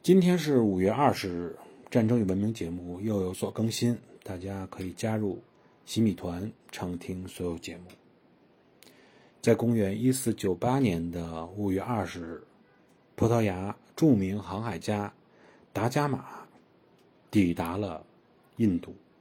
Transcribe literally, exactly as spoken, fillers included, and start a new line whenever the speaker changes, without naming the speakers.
今天是五月二十日，战争与文明节目又有所更新，大家可以加入洗米团畅听所有节目。在公元一四九八年的五月二十日，葡萄牙著名航海家达伽马抵达了印度。